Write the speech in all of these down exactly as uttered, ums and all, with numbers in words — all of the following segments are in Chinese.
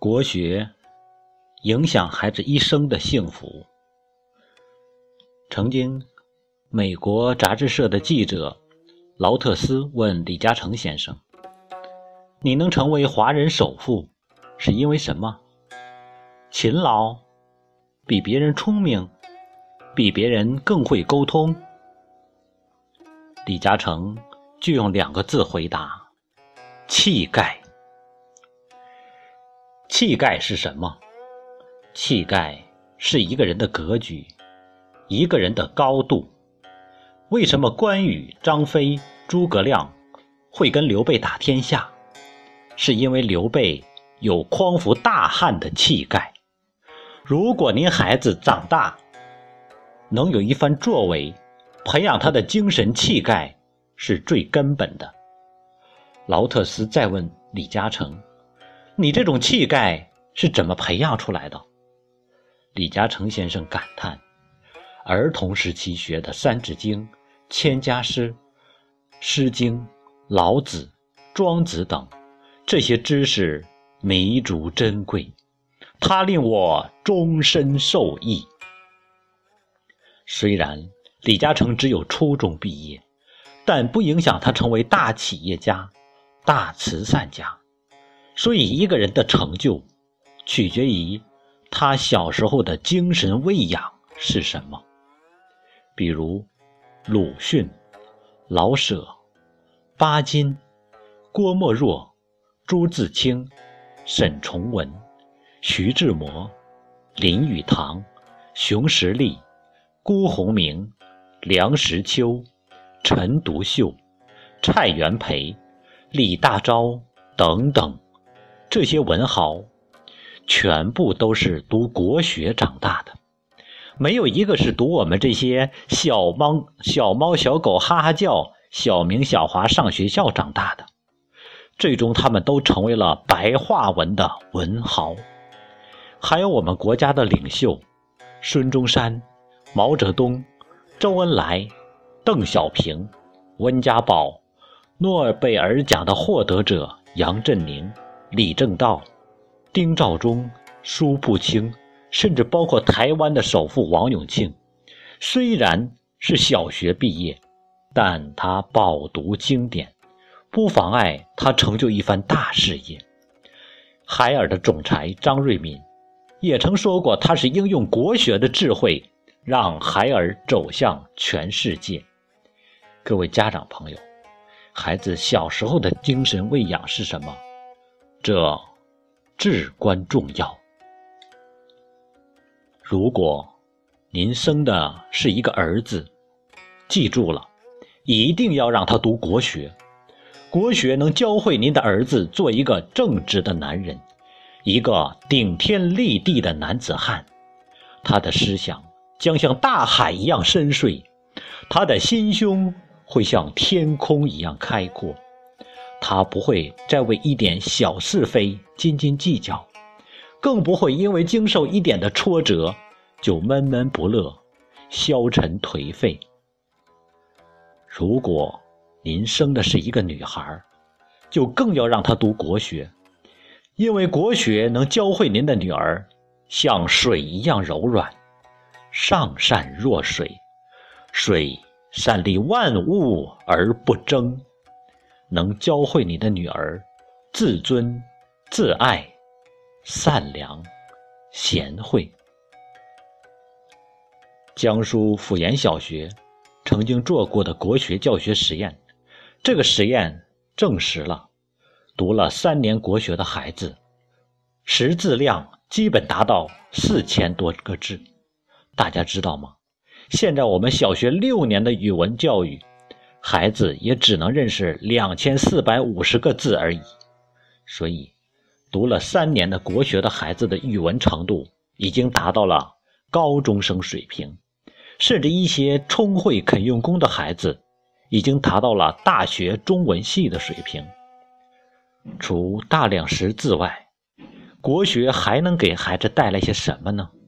国学影响孩子一生的幸福。曾经，美国杂志社的记者劳特斯问李嘉诚先生：“你能成为华人首富，是因为什么？勤劳，比别人聪明，比别人更会沟通？”李嘉诚就用两个字回答：气概。气概是什么？气概是一个人的格局，一个人的高度。为什么关羽、张飞、诸葛亮会跟刘备打天下？是因为刘备有匡扶大汉的气概。如果您孩子长大能有一番作为，培养他的精神气概是最根本的。劳特斯再问李嘉诚：“你这种气概是怎么培养出来的？”李嘉诚先生感叹：儿童时期学的《三字经》、千家诗、诗经、老子、庄子等这些知识弥足珍贵，它令我终身受益。虽然李嘉诚只有初中毕业，但不影响他成为大企业家、大慈善家。所以一个人的成就取决于他小时候的精神喂养是什么。比如鲁迅、老舍、巴金、郭沫若、朱自清、沈从文、徐志摩、林语堂、熊十力、辜鸿铭、梁实秋、陈独秀、蔡元培、李大钊等等，这些文豪全部都是读国学长大的，没有一个是读我们这些小猫小猫小狗哈哈叫、小明小华上学校长大的。最终他们都成为了白话文的文豪。还有我们国家的领袖孙中山、毛泽东、周恩来、邓小平、温家宝、诺贝尔奖的获得者杨振宁、李政道、丁肇中、苏步青，甚至包括台湾的首富王永庆。虽然是小学毕业，但他饱读经典，不妨碍他成就一番大事业。海尔的总裁张瑞敏也曾说过，他是应用国学的智慧让海尔走向全世界。各位家长朋友，孩子小时候的精神喂养是什么？这至关重要。如果您生的是一个儿子，记住了，一定要让他读国学。国学能教会您的儿子做一个正直的男人，一个顶天立地的男子汉。他的思想将像大海一样深邃，他的心胸会像天空一样开阔。他不会再为一点小是非斤斤计较，更不会因为经受一点的挫折就闷闷不乐、消沉颓废。如果您生的是一个女孩，就更要让她读国学，因为国学能教会您的女儿像水一样柔软，上善若水，水善利万物而不争，能教会你的女儿自尊、自爱、善良、贤惠。江苏抚延小学曾经做过的国学教学实验，这个实验证实了，读了三年国学的孩子，识字量基本达到四千多个字。大家知道吗？现在我们小学六年的语文教育，孩子也只能认识两千四百五十个字而已。所以，读了三年的国学的孩子的语文程度已经达到了高中生水平，甚至一些聪慧肯用功的孩子已经达到了大学中文系的水平。除大量识字外，国学还能给孩子带来些什么呢？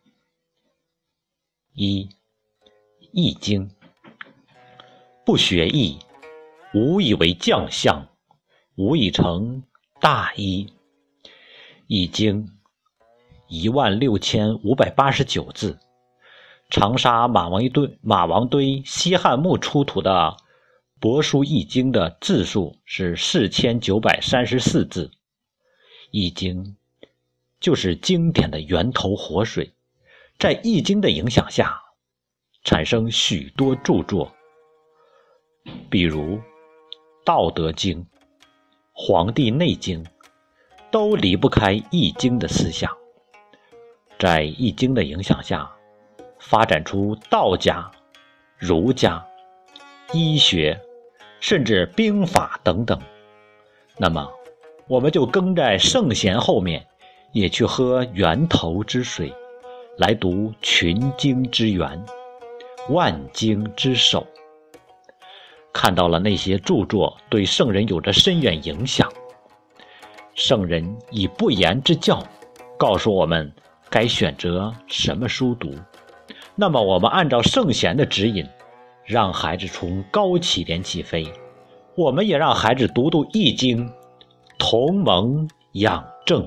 一、易经。不学易，无以为将相，无以成大医。 易经一万六千五百八十九字，长沙马王堆马王堆西汉墓出土的帛书易经的字数是四千九百三十四字。易经就是经典的源头活水，在易经的影响下产生许多著作，比如道德经、黄帝内经都离不开易经的思想。在易经的影响下，发展出道家、儒家、医学，甚至兵法等等。那么我们就跟在圣贤后面，也去喝源头之水，来读群经之源，万经之首。看到了那些著作对圣人有着深远影响，圣人以不言之教告诉我们该选择什么书读。那么我们按照圣贤的指引，让孩子从高起点起飞。我们也让孩子读读易经，同盟养正。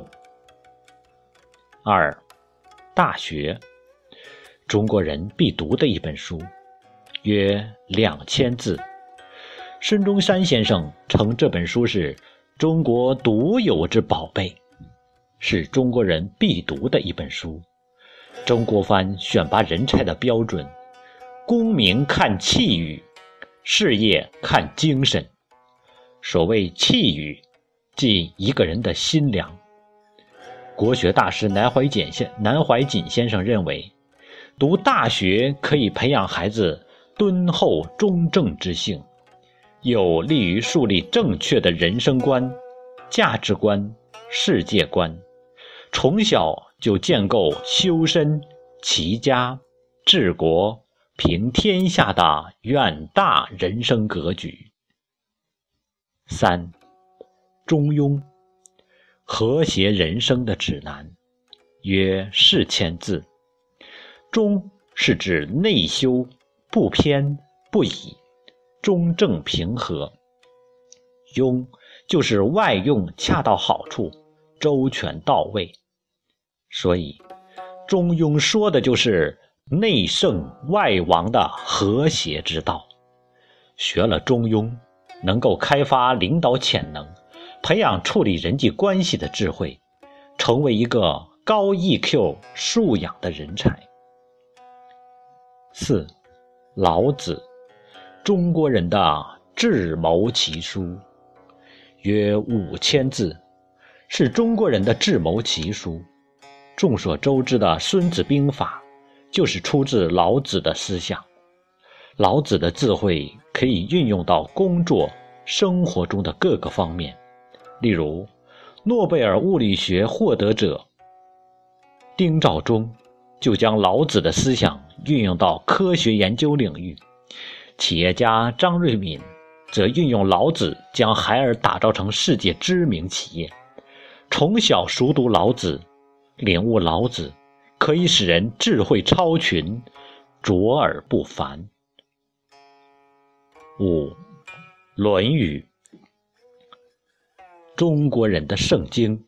二、大学，中国人必读的一本书，约两千字。孙中山先生称这本书是中国独有之宝贝，是中国人必读的一本书。曾国藩选拔人才的标准，功名看气宇，事业看精神。所谓气宇，即一个人的心良。国学大师南怀瑾先南怀瑾先生认为，读大学可以培养孩子敦厚忠正之性，有利于树立正确的人生观、价值观、世界观，从小就建构修身、齐家、治国、平天下的远大人生格局。三、中庸，和谐人生的指南，约四千字。中是指内修，不偏不倚，中正平和。庸就是外用恰到好处，周全到位。所以中庸说的就是内圣外王的和谐之道。学了中庸，能够开发领导潜能，培养处理人际关系的智慧，成为一个高 E Q 素养的人才。四、老子，中国人的智谋奇书，约五千字，是中国人的智谋奇书。众所周知的《孙子兵法》就是出自老子的思想。老子的智慧可以运用到工作、生活中的各个方面。例如，诺贝尔物理学获得者丁肇中就将老子的思想运用到科学研究领域。企业家张瑞敏则运用老子将海尔打造成世界知名企业。从小熟读老子，领悟老子，可以使人智慧超群，卓尔不凡。五、论语，中国人的圣经，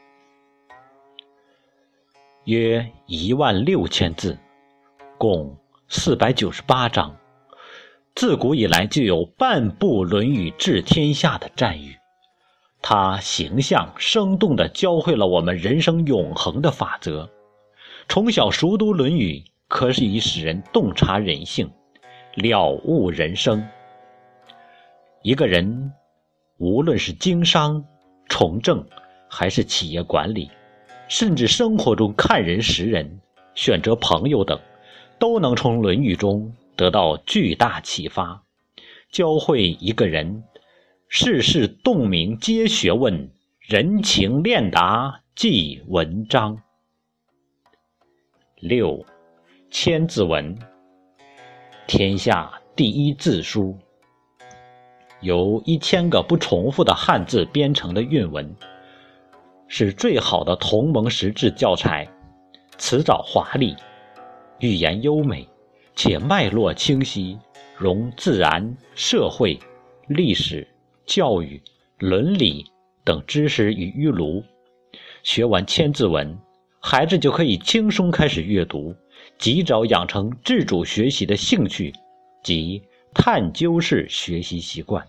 约一万六千字，共四百九十八章。自古以来就有半部《论语》治天下的赞誉。它形象生动地教会了我们人生永恒的法则。从小熟读《论语》，可以使人洞察人性，了悟人生。一个人无论是经商、从政，还是企业管理，甚至生活中看人识人、选择朋友等，都能从《论语》中得到巨大启发，教会一个人世事洞明皆学问，人情练达即文章。六、千字文，天下第一字书，由一千个不重复的汉字编成的韵文，是最好的同盟识字教材。辞藻华丽，语言优美，且脉络清晰，融自然、社会、历史、教育、伦理等知识于一炉， 学完千字文，孩子就可以轻松开始阅读，及早养成自主学习的兴趣及探究式学习习惯。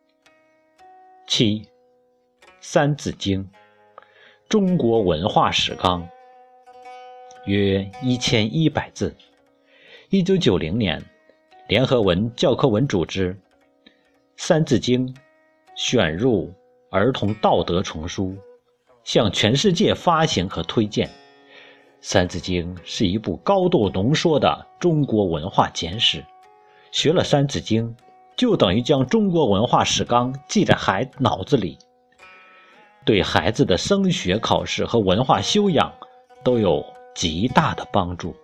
七、三字经，中国文化史纲，约一千一百字。一九九零年，联合文教科文组织三字经选入儿童道德丛书，向全世界发行和推荐。三字经是一部高度浓缩的中国文化简史，学了三字经就等于将中国文化史纲记在孩子脑子里，对孩子的升学考试和文化修养都有极大的帮助。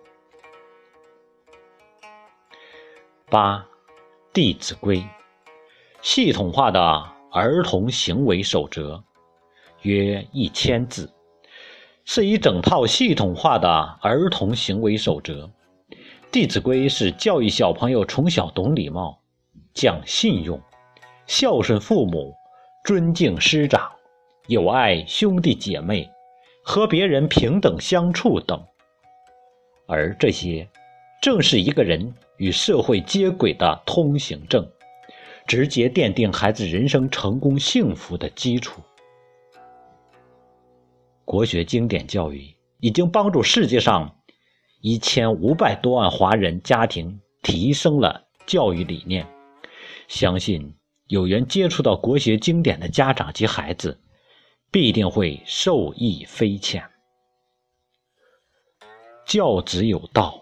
八、弟子规，系统化的儿童行为守则，约一千字，是一整套系统化的儿童行为守则。弟子规是教育小朋友从小懂礼貌、讲信用、孝顺父母、尊敬师长、友爱兄弟姐妹、和别人平等相处等。而这些正是一个人与社会接轨的通行证，直接奠定孩子人生成功幸福的基础。国学经典教育已经帮助世界上一千五百多万华人家庭提升了教育理念，相信有缘接触到国学经典的家长及孩子必定会受益匪浅。教子有道，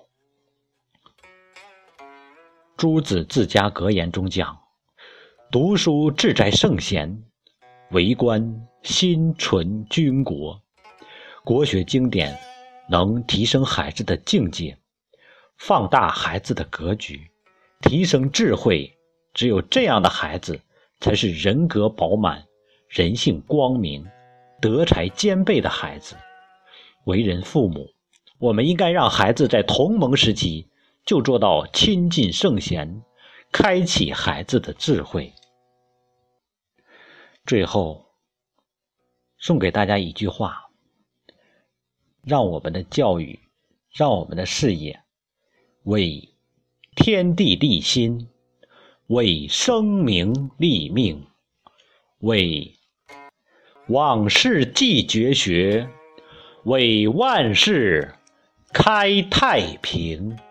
朱子治家格言中讲，读书志在圣贤，为官心存君国。国学经典能提升孩子的境界，放大孩子的格局，提升智慧。只有这样的孩子才是人格饱满、人性光明、德才兼备的孩子。为人父母，我们应该让孩子在童萌时期就做到亲近圣贤，开启孩子的智慧。最后送给大家一句话，让我们的教育，让我们的事业为天地立心，为生民立命，为往世继绝学，为万世开太平。